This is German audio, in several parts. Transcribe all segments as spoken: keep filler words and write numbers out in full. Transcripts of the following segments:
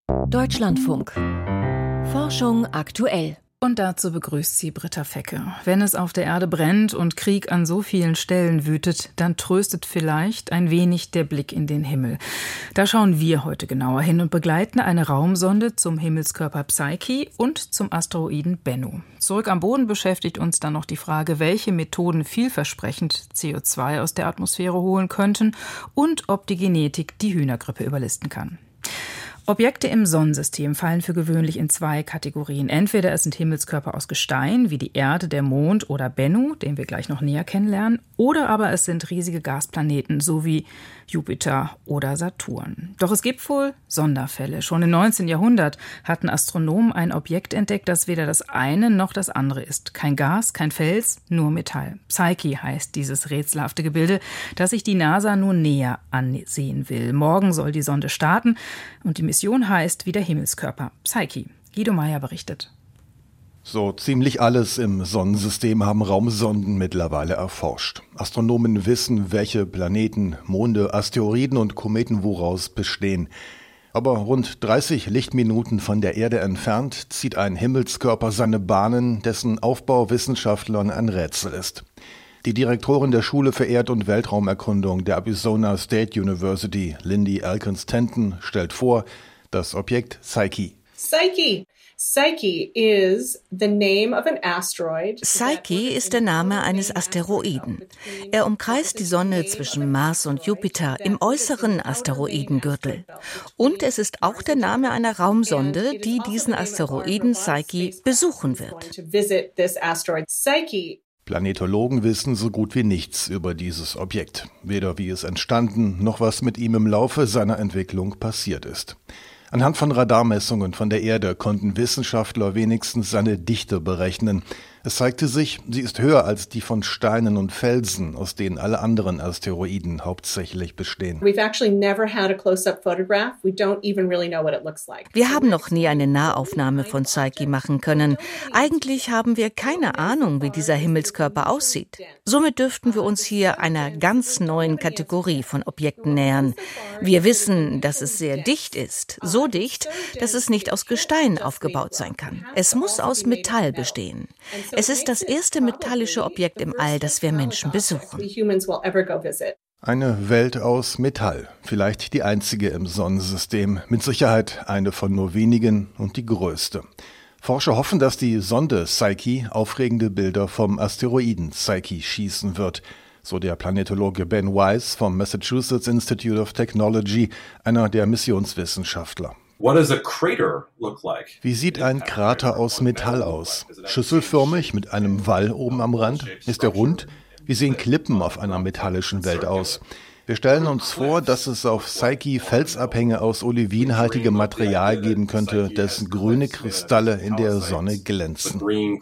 Deutschlandfunk. Forschung aktuell. Und dazu begrüßt sie Britta Fecke. Wenn es auf der Erde brennt und Krieg an so vielen Stellen wütet, dann tröstet vielleicht ein wenig der Blick in den Himmel. Da schauen wir heute genauer hin und begleiten eine Raumsonde zum Himmelskörper Psyche und zum Asteroiden Bennu. Zurück am Boden beschäftigt uns dann noch die Frage, welche Methoden vielversprechend C O zwei aus der Atmosphäre holen könnten und ob die Genetik die Hühnergrippe überlisten kann. Objekte im Sonnensystem fallen für gewöhnlich in zwei Kategorien. Entweder es sind Himmelskörper aus Gestein, wie die Erde, der Mond oder Bennu, den wir gleich noch näher kennenlernen, oder aber es sind riesige Gasplaneten, so wie Jupiter oder Saturn. Doch es gibt wohl Sonderfälle. Schon im neunzehnten Jahrhundert hatten Astronomen ein Objekt entdeckt, das weder das eine noch das andere ist. Kein Gas, kein Fels, nur Metall. Psyche heißt dieses rätselhafte Gebilde, das sich die NASA nun näher ansehen will. Morgen soll die Sonde starten und die Mission heißt wie der Himmelskörper Psyche. Guido Meyer berichtet. So ziemlich alles im Sonnensystem haben Raumsonden mittlerweile erforscht. Astronomen wissen, welche Planeten, Monde, Asteroiden und Kometen woraus bestehen. Aber rund dreißig Lichtminuten von der Erde entfernt zieht ein Himmelskörper seine Bahnen, dessen Aufbau Wissenschaftlern ein Rätsel ist. Die Direktorin der Schule für Erd- und Weltraumerkundung der Arizona State University, Lindy Elkins-Tenton, stellt vor, das Objekt Psyche. Psyche. Psyche is the name of an asteroid. Psyche ist der Name eines Asteroiden. Er umkreist die Sonne zwischen Mars und Jupiter im äußeren Asteroidengürtel. Und es ist auch der Name einer Raumsonde, die diesen Asteroiden Psyche besuchen wird. Planetologen wissen so gut wie nichts über dieses Objekt. Weder wie es entstanden, noch was mit ihm im Laufe seiner Entwicklung passiert ist. Anhand von Radarmessungen von der Erde konnten Wissenschaftler wenigstens seine Dichte berechnen. Es zeigte sich, sie ist höher als die von Steinen und Felsen, aus denen alle anderen Asteroiden hauptsächlich bestehen. Wir haben noch nie eine Nahaufnahme von Psyche machen können. Eigentlich haben wir keine Ahnung, wie dieser Himmelskörper aussieht. Somit dürften wir uns hier einer ganz neuen Kategorie von Objekten nähern. Wir wissen, dass es sehr dicht ist. So dicht, dass es nicht aus Gestein aufgebaut sein kann. Es muss aus Metall bestehen. Es ist das erste metallische Objekt im All, das wir Menschen besuchen. Eine Welt aus Metall, vielleicht die einzige im Sonnensystem, mit Sicherheit eine von nur wenigen und die größte. Forscher hoffen, dass die Sonde Psyche aufregende Bilder vom Asteroiden Psyche schießen wird, so der Planetologe Ben Wise vom Massachusetts Institute of Technology, einer der Missionswissenschaftler. Wie sieht ein Krater aus Metall aus? Schüsselförmig mit einem Wall oben am Rand? Ist er rund? Wie sehen Klippen auf einer metallischen Welt aus? Wir stellen uns vor, dass es auf Psyche Felsabhänge aus olivinhaltigem Material geben könnte, dessen grüne Kristalle in der Sonne glänzen.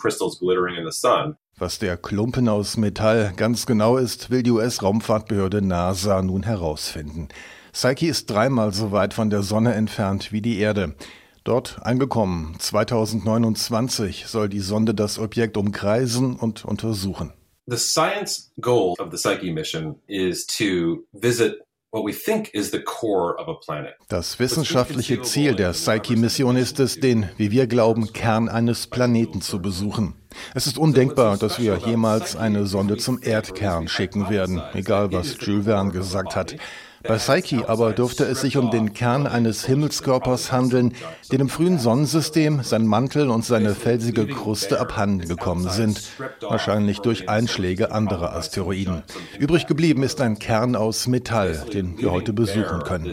Was der Klumpen aus Metall ganz genau ist, will die U S-Raumfahrtbehörde NASA nun herausfinden. Psyche ist dreimal so weit von der Sonne entfernt wie die Erde. Dort angekommen, zweitausendneunundzwanzig, soll die Sonde das Objekt umkreisen und untersuchen. The science goal of the Psyche mission is to visit what we think is the core of a planet. Das wissenschaftliche Ziel der Psyche-Mission ist es, den, wie wir glauben, Kern eines Planeten zu besuchen. Es ist undenkbar, dass wir jemals eine Sonde zum Erdkern schicken werden, egal was Jules Verne gesagt hat. Bei Psyche aber dürfte es sich um den Kern eines Himmelskörpers handeln, den im frühen Sonnensystem sein Mantel und seine felsige Kruste abhanden gekommen sind, wahrscheinlich durch Einschläge anderer Asteroiden. Übrig geblieben ist ein Kern aus Metall, den wir heute besuchen können.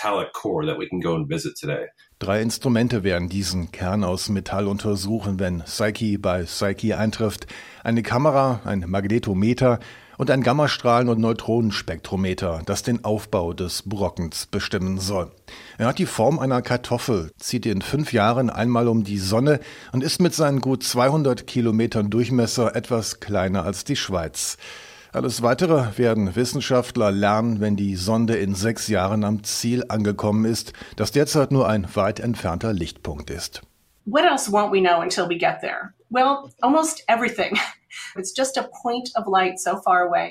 Drei Instrumente werden diesen Kern aus Metall untersuchen, wenn Psyche bei Psyche eintrifft. Eine Kamera, ein Magnetometer und ein Gammastrahlen- und Neutronenspektrometer, das den Aufbau des Brockens bestimmen soll. Er hat die Form einer Kartoffel, zieht in fünf Jahren einmal um die Sonne und ist mit seinen gut zweihundert Kilometern Durchmesser etwas kleiner als die Schweiz. Alles Weitere werden Wissenschaftler lernen, wenn die Sonde in sechs Jahren am Ziel angekommen ist, das derzeit nur ein weit entfernter Lichtpunkt ist. What else won't we know until we get there? Well, almost everything. It's just a point of light so far away.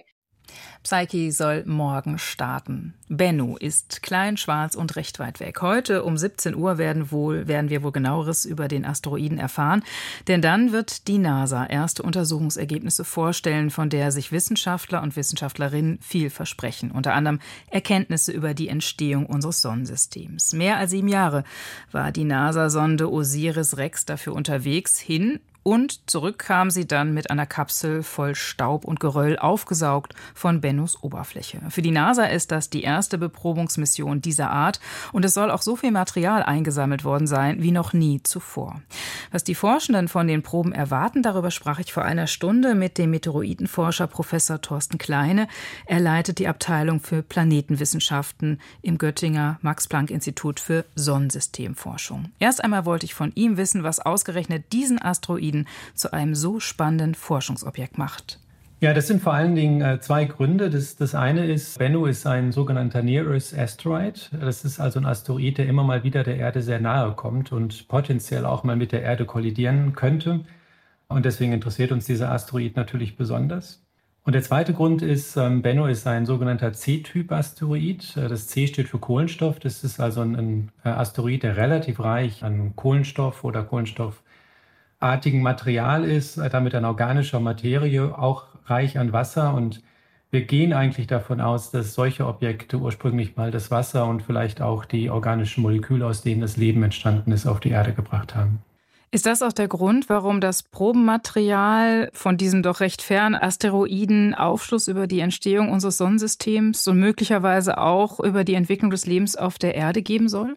Psyche soll morgen starten. Bennu ist klein, schwarz und recht weit weg. Heute um siebzehn Uhr werden, wohl, werden wir wohl Genaueres über den Asteroiden erfahren. Denn dann wird die NASA erste Untersuchungsergebnisse vorstellen, von der sich Wissenschaftler und Wissenschaftlerinnen viel versprechen. Unter anderem Erkenntnisse über die Entstehung unseres Sonnensystems. Mehr als sieben Jahre war die NASA-Sonde OSIRIS-REx dafür unterwegs, hin und zurück kam sie dann mit einer Kapsel voll Staub und Geröll, aufgesaugt von Bennus Oberfläche. Für die NASA ist das die erste Beprobungsmission dieser Art und es soll auch so viel Material eingesammelt worden sein wie noch nie zuvor. Was die Forschenden von den Proben erwarten, darüber sprach ich vor einer Stunde mit dem Meteoritenforscher Professor Thorsten Kleine. Er leitet die Abteilung für Planetenwissenschaften im Göttinger Max-Planck-Institut für Sonnensystemforschung. Erst einmal wollte ich von ihm wissen, was ausgerechnet diesen Asteroiden zu einem so spannenden Forschungsobjekt macht. Ja, das sind vor allen Dingen äh, zwei Gründe. Das, das eine ist, Bennu ist ein sogenannter Near-Earth Asteroid. Das ist also ein Asteroid, der immer mal wieder der Erde sehr nahe kommt und potenziell auch mal mit der Erde kollidieren könnte. Und deswegen interessiert uns dieser Asteroid natürlich besonders. Und der zweite Grund ist, ähm, Bennu ist ein sogenannter C-Typ-Asteroid. Das C steht für Kohlenstoff. Das ist also ein, ein Asteroid, der relativ reich an Kohlenstoff oder Kohlenstoff artigen Material ist, damit an organischer Materie, auch reich an Wasser. Und wir gehen eigentlich davon aus, dass solche Objekte ursprünglich mal das Wasser und vielleicht auch die organischen Moleküle, aus denen das Leben entstanden ist, auf die Erde gebracht haben. Ist das auch der Grund, warum das Probenmaterial von diesem doch recht fernen Asteroiden Aufschluss über die Entstehung unseres Sonnensystems und möglicherweise auch über die Entwicklung des Lebens auf der Erde geben soll?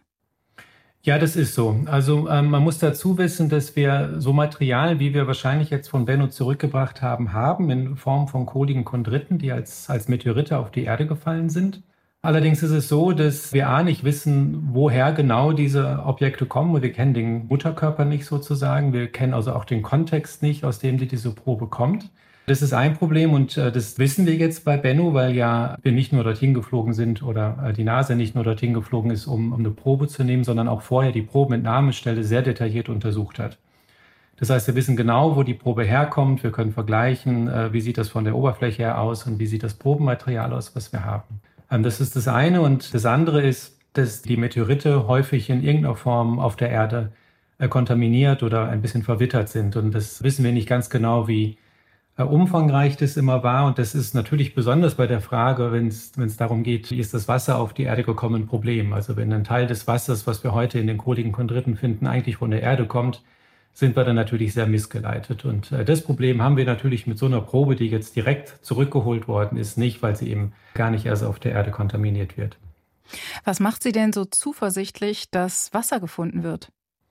Ja, das ist so. Also ähm, man muss dazu wissen, dass wir so Material, wie wir wahrscheinlich jetzt von Bennu zurückgebracht haben, haben in Form von kohligen Chondriten, die als, als Meteorite auf die Erde gefallen sind. Allerdings ist es so, dass wir A nicht wissen, woher genau diese Objekte kommen. Wir kennen den Mutterkörper nicht sozusagen. Wir kennen also auch den Kontext nicht, aus dem die diese Probe kommt. Das ist ein Problem und äh, das wissen wir jetzt bei Bennu, weil ja wir nicht nur dorthin geflogen sind oder äh, die NASA nicht nur dorthin geflogen ist, um, um eine Probe zu nehmen, sondern auch vorher die Probenentnahmestelle sehr detailliert untersucht hat. Das heißt, wir wissen genau, wo die Probe herkommt. Wir können vergleichen, äh, wie sieht das von der Oberfläche her aus und wie sieht das Probenmaterial aus, was wir haben. Ähm, das ist das eine. Und das andere ist, dass die Meteorite häufig in irgendeiner Form auf der Erde äh, kontaminiert oder ein bisschen verwittert sind. Und das wissen wir nicht ganz genau, wie umfangreich das immer war. Und das ist natürlich besonders bei der Frage, wenn es wenn es darum geht, wie ist das Wasser auf die Erde gekommen, ein Problem. Also wenn ein Teil des Wassers, was wir heute in den kohligen Chondriten finden, eigentlich von der Erde kommt, sind wir dann natürlich sehr missgeleitet. Und äh, das Problem haben wir natürlich mit so einer Probe, die jetzt direkt zurückgeholt worden ist, nicht, weil sie eben gar nicht erst auf der Erde kontaminiert wird. Was macht Sie denn so zuversichtlich, dass Wasser gefunden wird?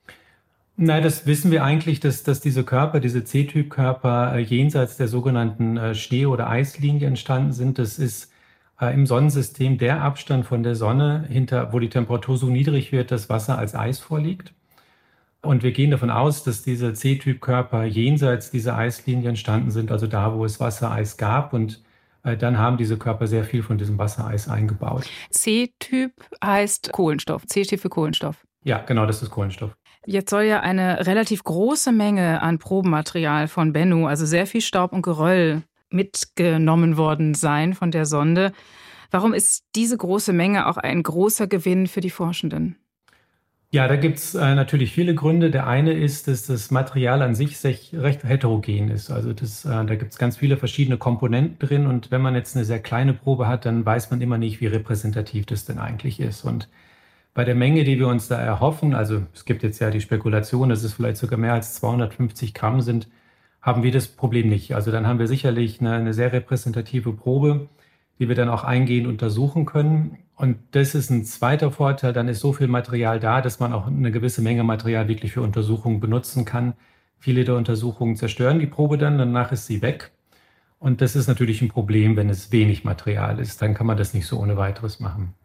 Nein, das wissen wir eigentlich, dass, dass diese Körper, diese C-Typ-Körper äh, jenseits der sogenannten äh, Schnee- oder Eislinie entstanden sind. Das ist äh, im Sonnensystem der Abstand von der Sonne, hinter, wo die Temperatur so niedrig wird, dass Wasser als Eis vorliegt. Und wir gehen davon aus, dass diese C-Typ-Körper jenseits dieser Eislinie entstanden sind, also da, wo es Wassereis gab. Und äh, dann haben diese Körper sehr viel von diesem Wassereis eingebaut. C-Typ heißt Kohlenstoff. C steht für Kohlenstoff. Ja, genau, das ist Kohlenstoff. Jetzt soll ja eine relativ große Menge an Probenmaterial von Bennu, also sehr viel Staub und Geröll, mitgenommen worden sein von der Sonde. Warum ist diese große Menge auch ein großer Gewinn für die Forschenden? Ja, da gibt es äh, natürlich viele Gründe. Der eine ist, dass das Material an sich recht heterogen ist. Also das, äh, da gibt es ganz viele verschiedene Komponenten drin. Und wenn man jetzt eine sehr kleine Probe hat, dann weiß man immer nicht, wie repräsentativ das denn eigentlich ist. Und bei der Menge, die wir uns da erhoffen, also es gibt jetzt ja die Spekulation, dass es vielleicht sogar mehr als zweihundertfünfzig Gramm sind, haben wir das Problem nicht. Also dann haben wir sicherlich eine, eine sehr repräsentative Probe, die wir dann auch eingehend untersuchen können. Und das ist ein zweiter Vorteil, dann ist so viel Material da, dass man auch eine gewisse Menge Material wirklich für Untersuchungen benutzen kann. Viele der Untersuchungen zerstören die Probe dann, danach ist sie weg. Und das ist natürlich ein Problem, wenn es wenig Material ist. Dann kann man das nicht so ohne weiteres machen.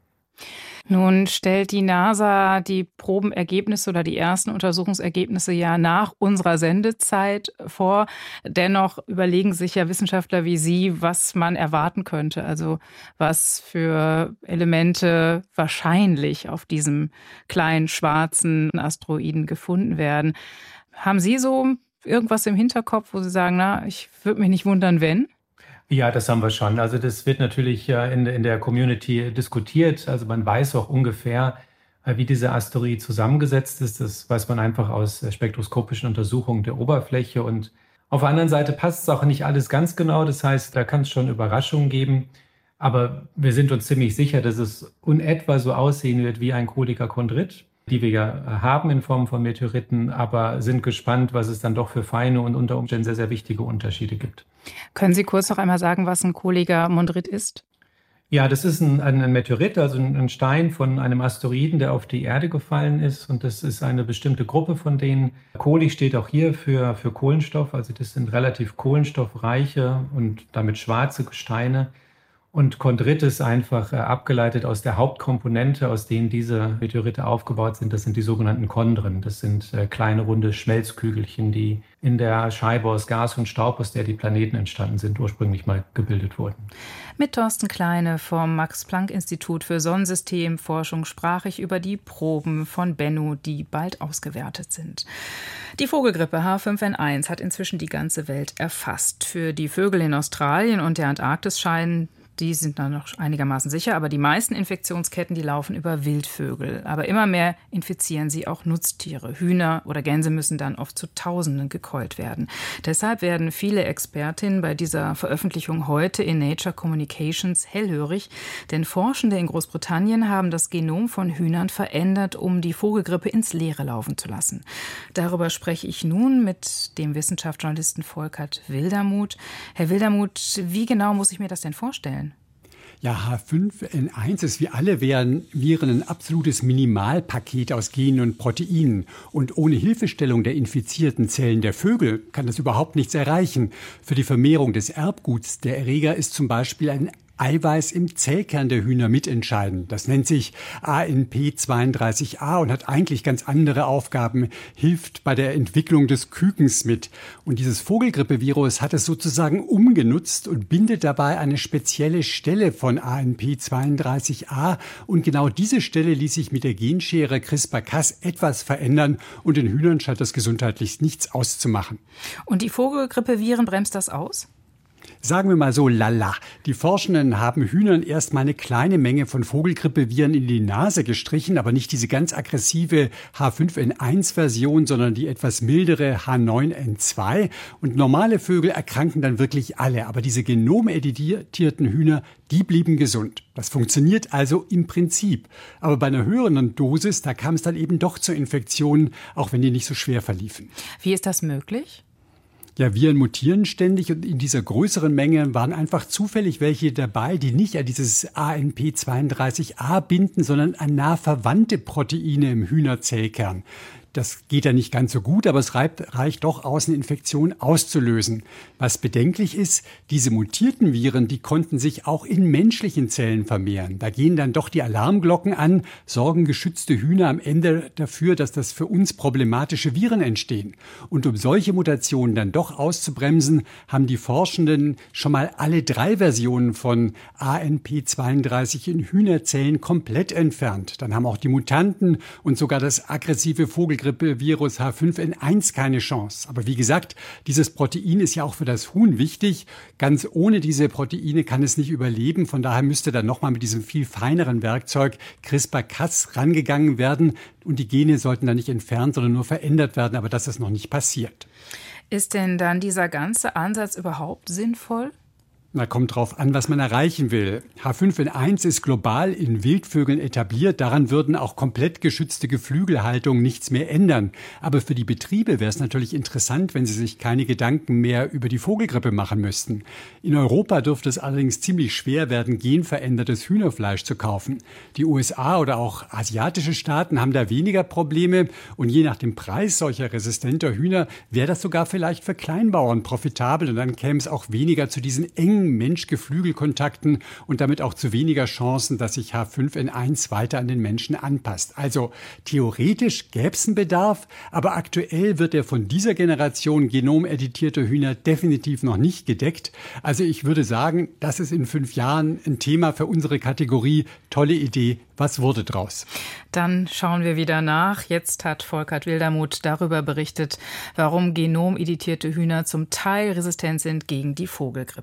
Nun stellt die NASA die Probenergebnisse oder die ersten Untersuchungsergebnisse ja nach unserer Sendezeit vor. Dennoch überlegen sich ja Wissenschaftler wie Sie, was man erwarten könnte. Also was für Elemente wahrscheinlich auf diesem kleinen schwarzen Asteroiden gefunden werden. Haben Sie so irgendwas im Hinterkopf, wo Sie sagen, na, ich würde mich nicht wundern, wenn? Ja, das haben wir schon. Also das wird natürlich in, in der Community diskutiert. Also man weiß auch ungefähr, wie dieser Asteroid zusammengesetzt ist. Das weiß man einfach aus spektroskopischen Untersuchungen der Oberfläche. Und auf der anderen Seite passt es auch nicht alles ganz genau. Das heißt, da kann es schon Überraschungen geben. Aber wir sind uns ziemlich sicher, dass es unetwa so aussehen wird wie ein Koliker-Chondrit, die wir ja haben in Form von Meteoriten, aber sind gespannt, was es dann doch für feine und unter Umständen sehr, sehr wichtige Unterschiede gibt. Können Sie kurz noch einmal sagen, was ein Koliker-Chondrit ist? Ja, das ist ein, ein Meteorit, also ein Stein von einem Asteroiden, der auf die Erde gefallen ist. Und das ist eine bestimmte Gruppe von denen. Koli steht auch hier für, für Kohlenstoff. Also das sind relativ kohlenstoffreiche und damit schwarze Gesteine. Und Chondrit ist einfach äh, abgeleitet aus der Hauptkomponente, aus denen diese Meteorite aufgebaut sind. Das sind die sogenannten Chondren. Das sind äh, kleine runde Schmelzkügelchen, die in der Scheibe aus Gas und Staub, aus der die Planeten entstanden sind, ursprünglich mal gebildet wurden. Mit Thorsten Kleine vom Max-Planck-Institut für Sonnensystemforschung sprach ich über die Proben von Bennu, die bald ausgewertet sind. Die Vogelgrippe H fünf N eins hat inzwischen die ganze Welt erfasst. Für die Vögel in Australien und der Antarktis scheinen die sind dann noch einigermaßen sicher, aber die meisten Infektionsketten, die laufen über Wildvögel. Aber immer mehr infizieren sie auch Nutztiere. Hühner oder Gänse müssen dann oft zu Tausenden gekeult werden. Deshalb werden viele Expertinnen bei dieser Veröffentlichung heute in Nature Communications hellhörig, denn Forschende in Großbritannien haben das Genom von Hühnern verändert, um die Vogelgrippe ins Leere laufen zu lassen. Darüber spreche ich nun mit dem Wissenschaftsjournalisten Volkert Wildermuth. Herr Wildermuth, wie genau muss ich mir das denn vorstellen? Ja, H fünf N eins ist wie alle Viren ein absolutes Minimalpaket aus Genen und Proteinen. Und ohne Hilfestellung der infizierten Zellen der Vögel kann das überhaupt nichts erreichen. Für die Vermehrung des Erbguts der Erreger ist zum Beispiel ein Eiweiß im Zellkern der Hühner mitentscheidend. Das nennt sich A N P zweiunddreißig a und hat eigentlich ganz andere Aufgaben, hilft bei der Entwicklung des Kükens mit. Und dieses Vogelgrippevirus hat es sozusagen umgenutzt und bindet dabei eine spezielle Stelle von A N P zweiunddreißig a. Und genau diese Stelle ließ sich mit der Genschere CRISPR Cas etwas verändern und den Hühnern scheint das gesundheitlich nichts auszumachen. Und die Vogelgrippeviren bremst das aus? Sagen wir mal so, lala. Die Forschenden haben Hühnern erst mal eine kleine Menge von Vogelgrippeviren in die Nase gestrichen, aber nicht diese ganz aggressive H fünf N eins Version, sondern die etwas mildere H neun N zwei. Und normale Vögel erkranken dann wirklich alle. Aber diese genomeditierten Hühner, die blieben gesund. Das funktioniert also im Prinzip. Aber bei einer höheren Dosis, da kam es dann eben doch zu Infektionen, auch wenn die nicht so schwer verliefen. Wie ist das möglich? Ja, Viren mutieren ständig und in dieser größeren Menge waren einfach zufällig welche dabei, die nicht an dieses A N P zweiunddreißig a binden, sondern an nah verwandte Proteine im Hühnerzellkern. Das geht ja nicht ganz so gut, aber es reicht doch aus, eine Infektion auszulösen. Was bedenklich ist, diese mutierten Viren, die konnten sich auch in menschlichen Zellen vermehren. Da gehen dann doch die Alarmglocken an, sorgen geschützte Hühner am Ende dafür, dass das für uns problematische Viren entstehen. Und um solche Mutationen dann doch auszubremsen, haben die Forschenden schon mal alle drei Versionen von A N P zweiunddreißig in Hühnerzellen komplett entfernt. Dann haben auch die Mutanten und sogar das aggressive Vogel Grippevirus H fünf N eins keine Chance. Aber wie gesagt, dieses Protein ist ja auch für das Huhn wichtig. Ganz ohne diese Proteine kann es nicht überleben. Von daher müsste dann nochmal mit diesem viel feineren Werkzeug CRISPR Cas rangegangen werden. Und die Gene sollten dann nicht entfernt, sondern nur verändert werden. Aber das ist noch nicht passiert. Ist denn dann dieser ganze Ansatz überhaupt sinnvoll? Na, kommt drauf an, was man erreichen will. H fünf N eins ist global in Wildvögeln etabliert. Daran würden auch komplett geschützte Geflügelhaltungen nichts mehr ändern. Aber für die Betriebe wäre es natürlich interessant, wenn sie sich keine Gedanken mehr über die Vogelgrippe machen müssten. In Europa dürfte es allerdings ziemlich schwer werden, genverändertes Hühnerfleisch zu kaufen. Die U S A oder auch asiatische Staaten haben da weniger Probleme. Und je nach dem Preis solcher resistenter Hühner wäre das sogar vielleicht für Kleinbauern profitabel. Und dann käme es auch weniger zu diesen engen Mensch-Geflügel-Kontakten und damit auch zu weniger Chancen, dass sich H fünf N eins weiter an den Menschen anpasst. Also theoretisch gäbe es einen Bedarf, aber aktuell wird er von dieser Generation genomeditierter Hühner definitiv noch nicht gedeckt. Also ich würde sagen, das ist in fünf Jahren ein Thema für unsere Kategorie. Tolle Idee. Was wurde draus? Dann schauen wir wieder nach. Jetzt hat Volkert Wildermuth darüber berichtet, warum genomeditierte Hühner zum Teil resistent sind gegen die Vogelgrippe.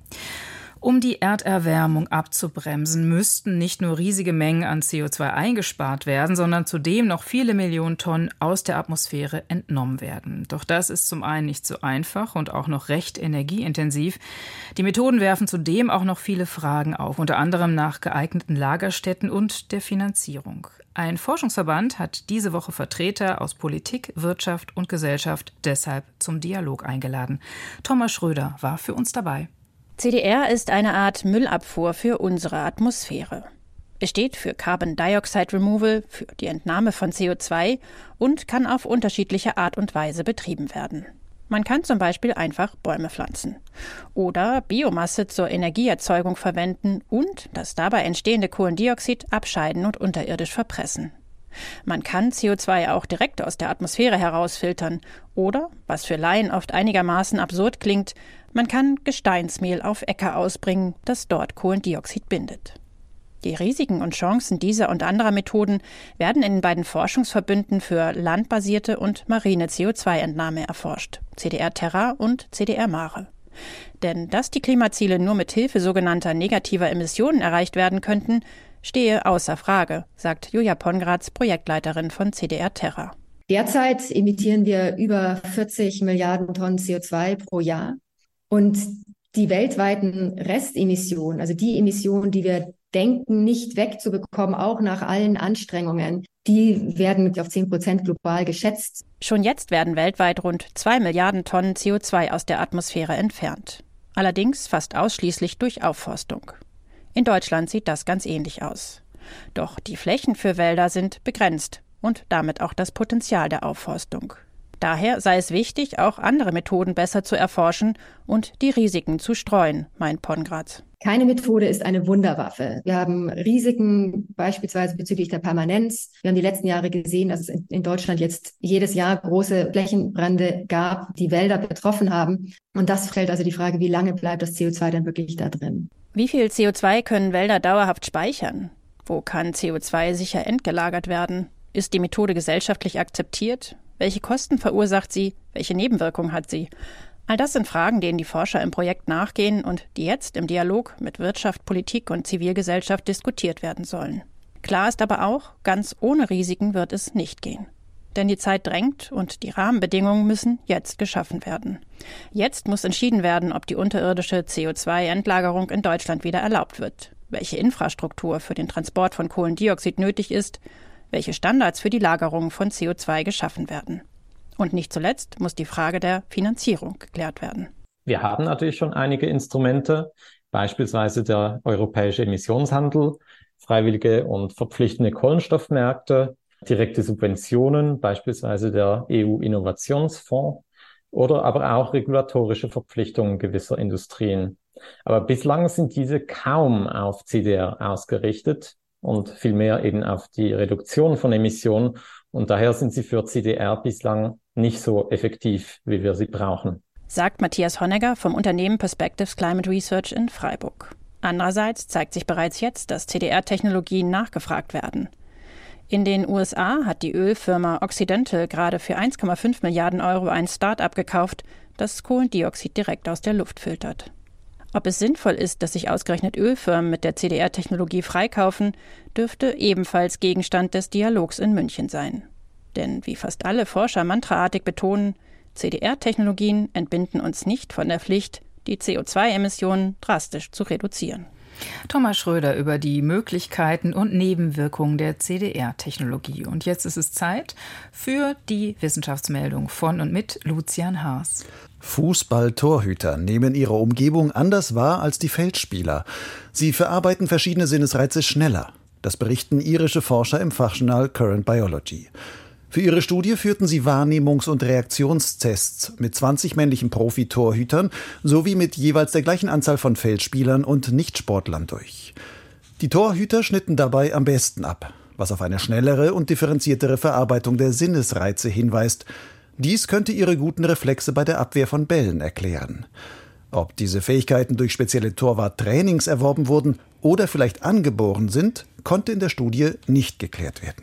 Um die Erderwärmung abzubremsen, müssten nicht nur riesige Mengen an C O zwei eingespart werden, sondern zudem noch viele Millionen Tonnen aus der Atmosphäre entnommen werden. Doch das ist zum einen nicht so einfach und auch noch recht energieintensiv. Die Methoden werfen zudem auch noch viele Fragen auf, unter anderem nach geeigneten Lagerstätten und der Finanzierung. Ein Forschungsverband hat diese Woche Vertreter aus Politik, Wirtschaft und Gesellschaft deshalb zum Dialog eingeladen. Thomas Schröder war für uns dabei. C D R ist eine Art Müllabfuhr für unsere Atmosphäre. Es steht für Carbon Dioxide Removal, für die Entnahme von C O zwei und kann auf unterschiedliche Art und Weise betrieben werden. Man kann zum Beispiel einfach Bäume pflanzen oder Biomasse zur Energieerzeugung verwenden und das dabei entstehende Kohlendioxid abscheiden und unterirdisch verpressen. Man kann C O zwei auch direkt aus der Atmosphäre herausfiltern oder, was für Laien oft einigermaßen absurd klingt, man kann Gesteinsmehl auf Äcker ausbringen, das dort Kohlendioxid bindet. Die Risiken und Chancen dieser und anderer Methoden werden in den beiden Forschungsverbünden für landbasierte und marine C O zwei Entnahme erforscht, C D R Terra und C D R Mare. Denn dass die Klimaziele nur mit Hilfe sogenannter negativer Emissionen erreicht werden könnten, stehe außer Frage, sagt Julia Pongratz, Projektleiterin von C D R Terra. Derzeit emittieren wir über vierzig Milliarden Tonnen C O zwei pro Jahr. Und die weltweiten Restemissionen, also die Emissionen, die wir denken, nicht wegzubekommen, auch nach allen Anstrengungen, die werden auf zehn Prozent global geschätzt. Schon jetzt werden weltweit rund zwei Milliarden Tonnen C O zwei aus der Atmosphäre entfernt. Allerdings fast ausschließlich durch Aufforstung. In Deutschland sieht das ganz ähnlich aus. Doch die Flächen für Wälder sind begrenzt und damit auch das Potenzial der Aufforstung. Daher sei es wichtig, auch andere Methoden besser zu erforschen und die Risiken zu streuen, meint Pongratz. Keine Methode ist eine Wunderwaffe. Wir haben Risiken beispielsweise bezüglich der Permanenz. Wir haben die letzten Jahre gesehen, dass es in Deutschland jetzt jedes Jahr große Flächenbrände gab, die Wälder betroffen haben. Und das stellt also die Frage, wie lange bleibt das C O zwei dann wirklich da drin? Wie viel C O zwei können Wälder dauerhaft speichern? Wo kann C O zwei sicher entgelagert werden? Ist die Methode gesellschaftlich akzeptiert? Welche Kosten verursacht sie? Welche Nebenwirkungen hat sie? All das sind Fragen, denen die Forscher im Projekt nachgehen und die jetzt im Dialog mit Wirtschaft, Politik und Zivilgesellschaft diskutiert werden sollen. Klar ist aber auch, ganz ohne Risiken wird es nicht gehen. Denn die Zeit drängt und die Rahmenbedingungen müssen jetzt geschaffen werden. Jetzt muss entschieden werden, ob die unterirdische C O zwei Endlagerung in Deutschland wieder erlaubt wird, welche Infrastruktur für den Transport von Kohlendioxid nötig ist, welche Standards für die Lagerung von C O zwei geschaffen werden. Und nicht zuletzt muss die Frage der Finanzierung geklärt werden. Wir haben natürlich schon einige Instrumente, beispielsweise der europäische Emissionshandel, freiwillige und verpflichtende Kohlenstoffmärkte, direkte Subventionen, beispielsweise der E U-Innovationsfonds oder aber auch regulatorische Verpflichtungen gewisser Industrien. Aber bislang sind diese kaum auf C D R ausgerichtet und vielmehr eben auf die Reduktion von Emissionen. Und daher sind sie für C D R bislang nicht so effektiv, wie wir sie brauchen. Sagt Matthias Honegger vom Unternehmen Perspectives Climate Research in Freiburg. Andererseits zeigt sich bereits jetzt, dass C D R-Technologien nachgefragt werden. In den U S A hat die Ölfirma Occidental gerade für eins Komma fünf Milliarden Euro ein Start-up gekauft, das Kohlendioxid direkt aus der Luft filtert. Ob es sinnvoll ist, dass sich ausgerechnet Ölfirmen mit der C D R-Technologie freikaufen, dürfte ebenfalls Gegenstand des Dialogs in München sein. Denn wie fast alle Forscher mantraartig betonen, C D R-Technologien entbinden uns nicht von der Pflicht, die C O zwei Emissionen drastisch zu reduzieren. Thomas Schröder über die Möglichkeiten und Nebenwirkungen der C D R-Technologie. Und jetzt ist es Zeit für die Wissenschaftsmeldung von und mit Lucian Haas. Fußball-Torhüter nehmen ihre Umgebung anders wahr als die Feldspieler. Sie verarbeiten verschiedene Sinnesreize schneller. Das berichten irische Forscher im Fachjournal Current Biology. Für ihre Studie führten sie Wahrnehmungs- und Reaktionstests mit zwanzig männlichen Profitorhütern sowie mit jeweils der gleichen Anzahl von Feldspielern und Nichtsportlern durch. Die Torhüter schnitten dabei am besten ab, was auf eine schnellere und differenziertere Verarbeitung der Sinnesreize hinweist. Dies könnte ihre guten Reflexe bei der Abwehr von Bällen erklären. Ob diese Fähigkeiten durch spezielle Torwarttrainings erworben wurden oder vielleicht angeboren sind, konnte in der Studie nicht geklärt werden.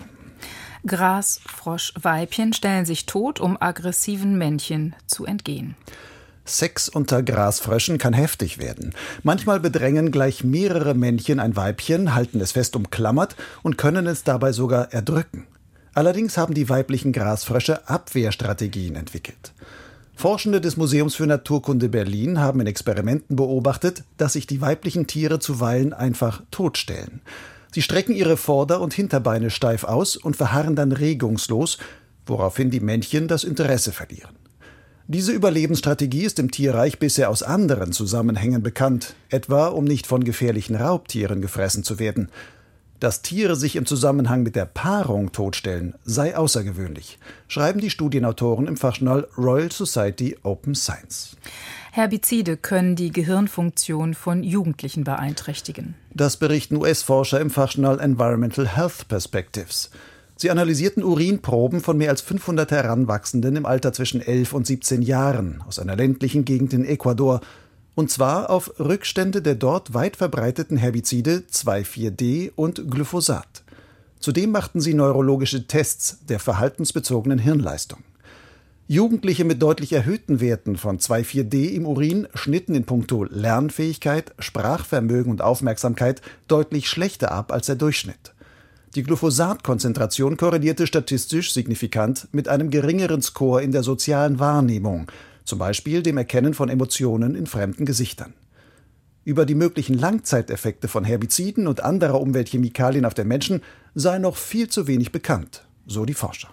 Grasfroschweibchen stellen sich tot, um aggressiven Männchen zu entgehen. Sex unter Grasfröschen kann heftig werden. Manchmal bedrängen gleich mehrere Männchen ein Weibchen, halten es fest umklammert und können es dabei sogar erdrücken. Allerdings haben die weiblichen Grasfrösche Abwehrstrategien entwickelt. Forschende des Museums für Naturkunde Berlin haben in Experimenten beobachtet, dass sich die weiblichen Tiere zuweilen einfach totstellen. Sie strecken ihre Vorder- und Hinterbeine steif aus und verharren dann regungslos, woraufhin die Männchen das Interesse verlieren. Diese Überlebensstrategie ist im Tierreich bisher aus anderen Zusammenhängen bekannt, etwa um nicht von gefährlichen Raubtieren gefressen zu werden. Dass Tiere sich im Zusammenhang mit der Paarung totstellen, sei außergewöhnlich, schreiben die Studienautoren im Fachjournal Royal Society Open Science. Herbizide können die Gehirnfunktion von Jugendlichen beeinträchtigen. Das berichten U S-Forscher im Fachjournal Environmental Health Perspectives. Sie analysierten Urinproben von mehr als fünfhundert Heranwachsenden im Alter zwischen elf und siebzehn Jahren aus einer ländlichen Gegend in Ecuador. Und zwar auf Rückstände der dort weit verbreiteten Herbizide zwei vier D und Glyphosat. Zudem machten sie neurologische Tests der verhaltensbezogenen Hirnleistung. Jugendliche mit deutlich erhöhten Werten von zwei vier D im Urin schnitten in puncto Lernfähigkeit, Sprachvermögen und Aufmerksamkeit deutlich schlechter ab als der Durchschnitt. Die Glyphosat-Konzentration korrelierte statistisch signifikant mit einem geringeren Score in der sozialen Wahrnehmung, zum Beispiel dem Erkennen von Emotionen in fremden Gesichtern. Über die möglichen Langzeiteffekte von Herbiziden und anderer Umweltchemikalien auf den Menschen sei noch viel zu wenig bekannt, so die Forscher.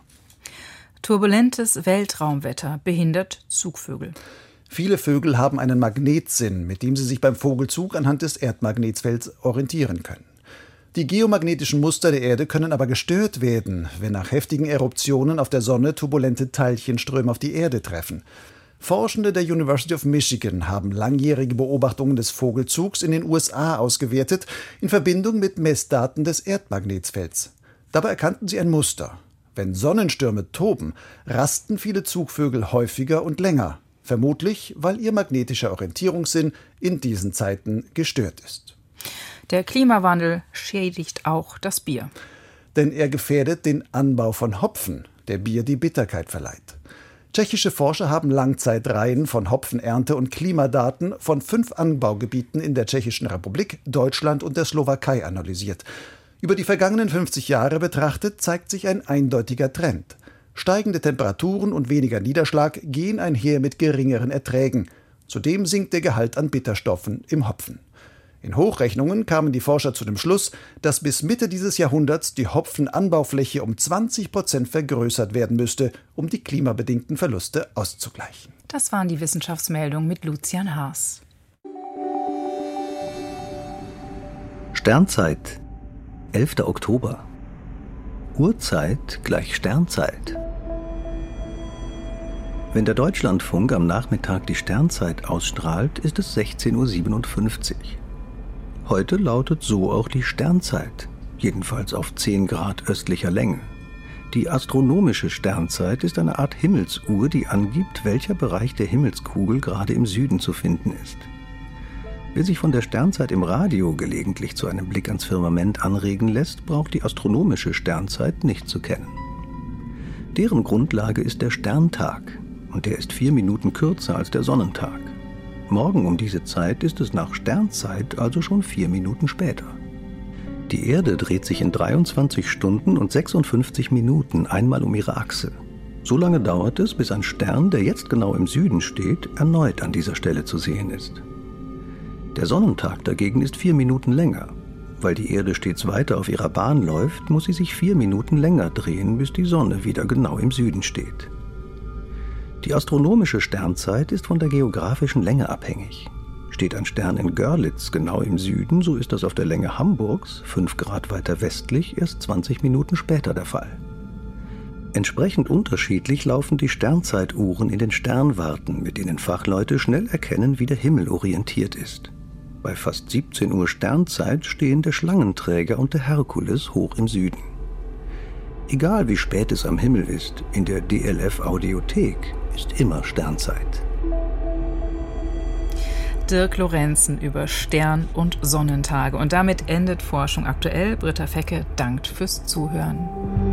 Turbulentes Weltraumwetter behindert Zugvögel. Viele Vögel haben einen Magnetsinn, mit dem sie sich beim Vogelzug anhand des Erdmagnetfelds orientieren können. Die geomagnetischen Muster der Erde können aber gestört werden, wenn nach heftigen Eruptionen auf der Sonne turbulente Teilchenströme auf die Erde treffen. Forschende der University of Michigan haben langjährige Beobachtungen des Vogelzugs in den U S A ausgewertet, in Verbindung mit Messdaten des Erdmagnetfelds. Dabei erkannten sie ein Muster. Wenn Sonnenstürme toben, rasten viele Zugvögel häufiger und länger, vermutlich weil ihr magnetischer Orientierungssinn in diesen Zeiten gestört ist. Der Klimawandel schädigt auch das Bier. Denn er gefährdet den Anbau von Hopfen, der Bier die Bitterkeit verleiht. Tschechische Forscher haben Langzeitreihen von Hopfenernte und Klimadaten von fünf Anbaugebieten in der Tschechischen Republik, Deutschland und der Slowakei analysiert. Über die vergangenen fünfzig Jahre betrachtet zeigt sich ein eindeutiger Trend. Steigende Temperaturen und weniger Niederschlag gehen einher mit geringeren Erträgen. Zudem sinkt der Gehalt an Bitterstoffen im Hopfen. In Hochrechnungen kamen die Forscher zu dem Schluss, dass bis Mitte dieses Jahrhunderts die Hopfenanbaufläche um zwanzig Prozent vergrößert werden müsste, um die klimabedingten Verluste auszugleichen. Das waren die Wissenschaftsmeldungen mit Lucian Haas. Sternzeit, elfter Oktober. Uhrzeit gleich Sternzeit. Wenn der Deutschlandfunk am Nachmittag die Sternzeit ausstrahlt, ist es sechzehn Uhr siebenundfünfzig. Heute lautet so auch die Sternzeit, jedenfalls auf zehn Grad östlicher Länge. Die astronomische Sternzeit ist eine Art Himmelsuhr, die angibt, welcher Bereich der Himmelskugel gerade im Süden zu finden ist. Wer sich von der Sternzeit im Radio gelegentlich zu einem Blick ans Firmament anregen lässt, braucht die astronomische Sternzeit nicht zu kennen. Deren Grundlage ist der Sterntag, und der ist vier Minuten kürzer als der Sonnentag. Morgen um diese Zeit ist es nach Sternzeit also schon vier Minuten später. Die Erde dreht sich in dreiundzwanzig Stunden und sechsundfünfzig Minuten einmal um ihre Achse. So lange dauert es, bis ein Stern, der jetzt genau im Süden steht, erneut an dieser Stelle zu sehen ist. Der Sonnentag dagegen ist vier Minuten länger. Weil die Erde stets weiter auf ihrer Bahn läuft, muss sie sich vier Minuten länger drehen, bis die Sonne wieder genau im Süden steht. Die astronomische Sternzeit ist von der geografischen Länge abhängig. Steht ein Stern in Görlitz genau im Süden, so ist das auf der Länge Hamburgs, fünf Grad weiter westlich, erst zwanzig Minuten später der Fall. Entsprechend unterschiedlich laufen die Sternzeituhren in den Sternwarten, mit denen Fachleute schnell erkennen, wie der Himmel orientiert ist. Bei fast siebzehn Uhr Sternzeit stehen der Schlangenträger und der Herkules hoch im Süden. Egal wie spät es am Himmel ist, in der D L F-Audiothek ist immer Sternzeit. Dirk Lorenzen über Stern- und Sonnentage. Und damit endet Forschung aktuell. Britta Fecke dankt fürs Zuhören.